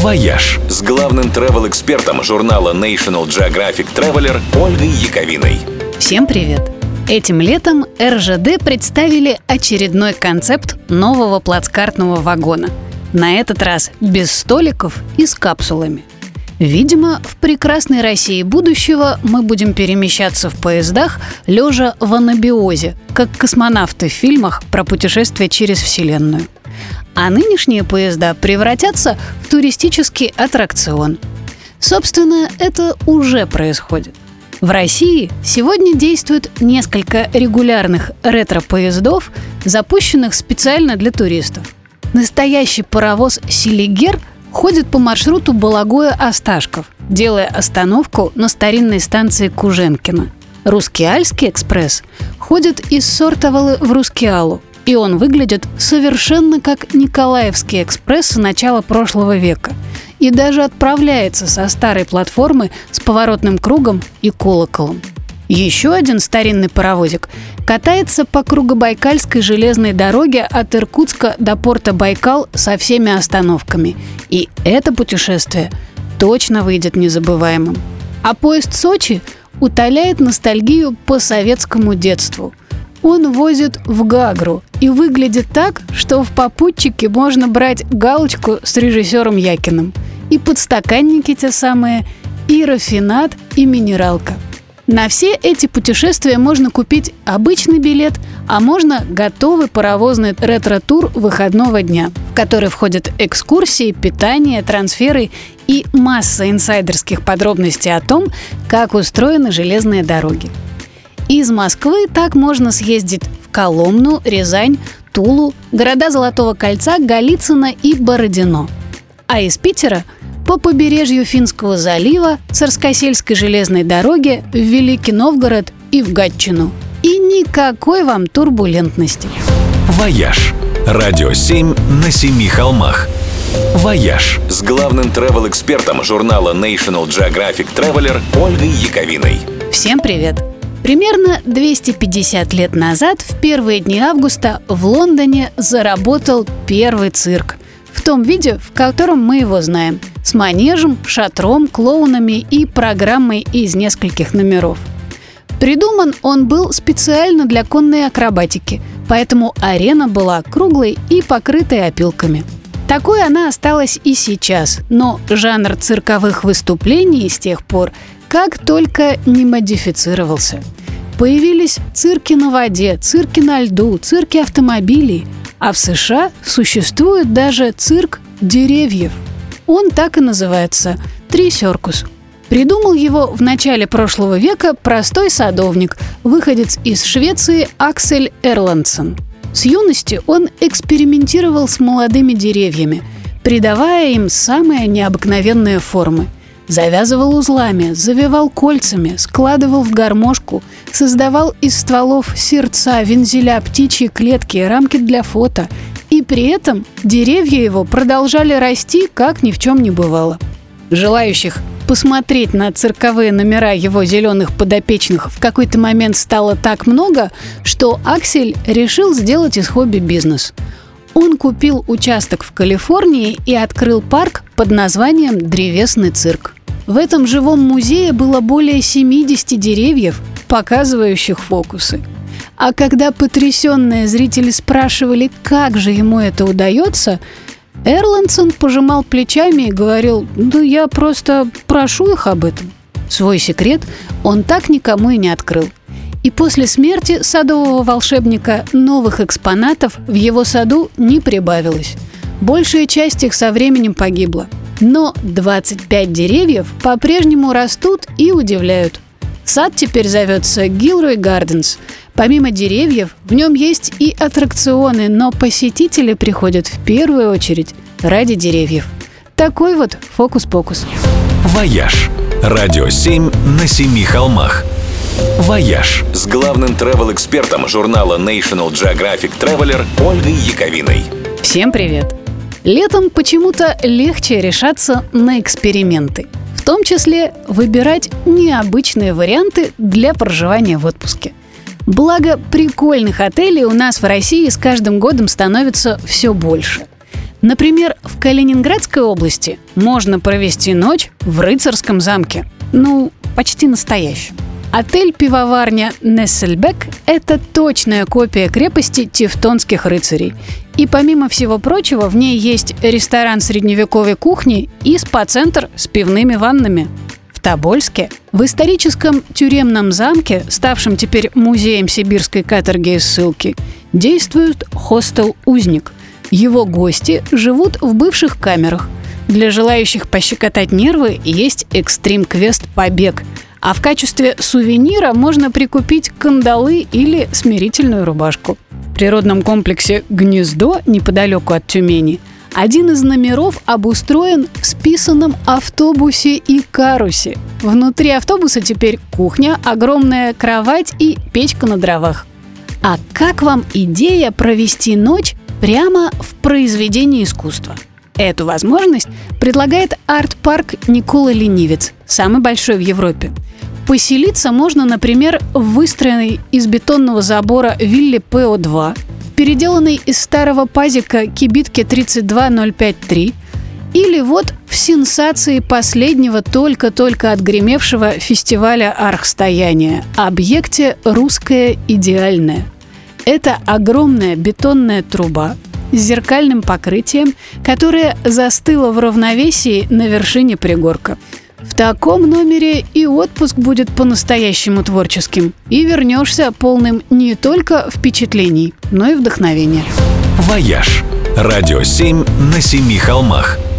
«Вояж» с главным travel-экспертом журнала National Geographic Traveler Ольгой Яковиной. Всем привет! Этим летом РЖД представили очередной концепт нового плацкартного вагона. На этот раз без столиков и с капсулами. Видимо, в прекрасной России будущего мы будем перемещаться в поездах, лежа в анабиозе, как космонавты в фильмах про путешествия через Вселенную. А нынешние поезда превратятся в туристический аттракцион. Собственно, это уже происходит. В России сегодня действует несколько регулярных ретро-поездов, запущенных специально для туристов. Настоящий паровоз «Селигер» ходит по маршруту Балагоя-Осташков, делая остановку на старинной станции Куженкино. Рускеальский экспресс ходит из Сортовалы в Рускеалу, и он выглядит совершенно как Николаевский экспресс начала прошлого века и даже отправляется со старой платформы с поворотным кругом и колоколом. Еще один старинный паровозик катается по Кругобайкальской железной дороге от Иркутска до порта Байкал со всеми остановками. И это путешествие точно выйдет незабываемым. А поезд Сочи утоляет ностальгию по советскому детству. Он возит в Гагру и выглядит так, что в попутчике можно брать галочку с режиссером Якиным. И подстаканники те самые, и рафинад, и минералка. На все эти путешествия можно купить обычный билет, а можно готовый паровозный ретро-тур выходного дня, в который входят экскурсии, питание, трансферы и масса инсайдерских подробностей о том, как устроены железные дороги. Из Москвы так можно съездить в Коломну, Рязань, Тулу, города Золотого кольца, Голицыно и Бородино. А из Питера по побережью Финского залива, Царскосельской железной дороге в Великий Новгород и в Гатчину. И никакой вам турбулентности. «Вояж» – радио 7 на 7 холмах. «Вояж» с главным travel-экспертом журнала National Geographic Traveler Ольгой Яковиной. Всем привет! Примерно 250 лет назад, в первые дни августа, в Лондоне заработал первый цирк. В том виде, в котором мы его знаем. С манежем, шатром, клоунами и программой из нескольких номеров. Придуман он был специально для конной акробатики, поэтому арена была круглой и покрытой опилками. Такой она осталась и сейчас, но жанр цирковых выступлений с тех пор как только не модифицировался. Появились цирки на воде, цирки на льду, цирки автомобилей, а в США существует даже цирк деревьев. Он так и называется – Трисеркус. Придумал его в начале прошлого века простой садовник, выходец из Швеции Аксель Эрландсон. С юности он экспериментировал с молодыми деревьями, придавая им самые необыкновенные формы. Завязывал узлами, завивал кольцами, складывал в гармошку, создавал из стволов сердца, вензеля, птичьи клетки, рамки для фото. И при этом деревья его продолжали расти, как ни в чем не бывало. Желающих посмотреть на цирковые номера его зеленых подопечных в какой-то момент стало так много, что Аксель решил сделать из хобби бизнес. Он купил участок в Калифорнии и открыл парк под названием «Древесный цирк». В этом живом музее было более 70 деревьев, показывающих фокусы. А когда потрясенные зрители спрашивали, как же ему это удается, Эрландсон пожимал плечами и говорил: «Да я просто прошу их об этом». Свой секрет он так никому и не открыл. И после смерти садового волшебника новых экспонатов в его саду не прибавилось. Большая часть их со временем погибла. Но 25 деревьев по-прежнему растут и удивляют. Сад теперь зовется Гилрой Гарденс. Помимо деревьев, в нем есть и аттракционы, но посетители приходят в первую очередь ради деревьев. Такой вот фокус-покус. «Вояж» – радио 7 на 7 холмах. «Вояж» с главным travel-экспертом журнала National Geographic Traveler Ольгой Яковиной. Всем привет! Летом почему-то легче решаться на эксперименты. В том числе выбирать необычные варианты для проживания в отпуске. Благо, прикольных отелей у нас в России с каждым годом становится все больше. Например, в Калининградской области можно провести ночь в рыцарском замке. Ну, почти настоящем. Отель-пивоварня Нессельбек – это точная копия крепости тевтонских рыцарей. И помимо всего прочего, в ней есть ресторан средневековой кухни и спа-центр с пивными ваннами. В Тобольске, в историческом тюремном замке, ставшем теперь музеем сибирской каторги и ссылки, действует хостел «Узник». Его гости живут в бывших камерах. Для желающих пощекотать нервы есть экстрим-квест «Побег», а в качестве сувенира можно прикупить кандалы или смирительную рубашку. В природном комплексе «Гнездо» неподалеку от Тюмени один из номеров обустроен в списанном автобусе «Икарусе». Внутри автобуса теперь кухня, огромная кровать и печка на дровах. А как вам идея провести ночь прямо в произведении искусства? Эту возможность предлагает арт-парк «Никола Ленивец», самый большой в Европе. Поселиться можно, например, в выстроенной из бетонного забора вилле ПО-2, переделанной из старого пазика кибитки 32053, или вот в сенсации последнего только-только отгремевшего фестиваля архстояния – объекте «Русское идеальное». Это огромная бетонная труба с зеркальным покрытием, которая застыла в равновесии на вершине пригорка. В таком номере и отпуск будет по-настоящему творческим, и вернешься полным не только впечатлений, но и вдохновения. «Вояж» – радио 7 на 7 холмах.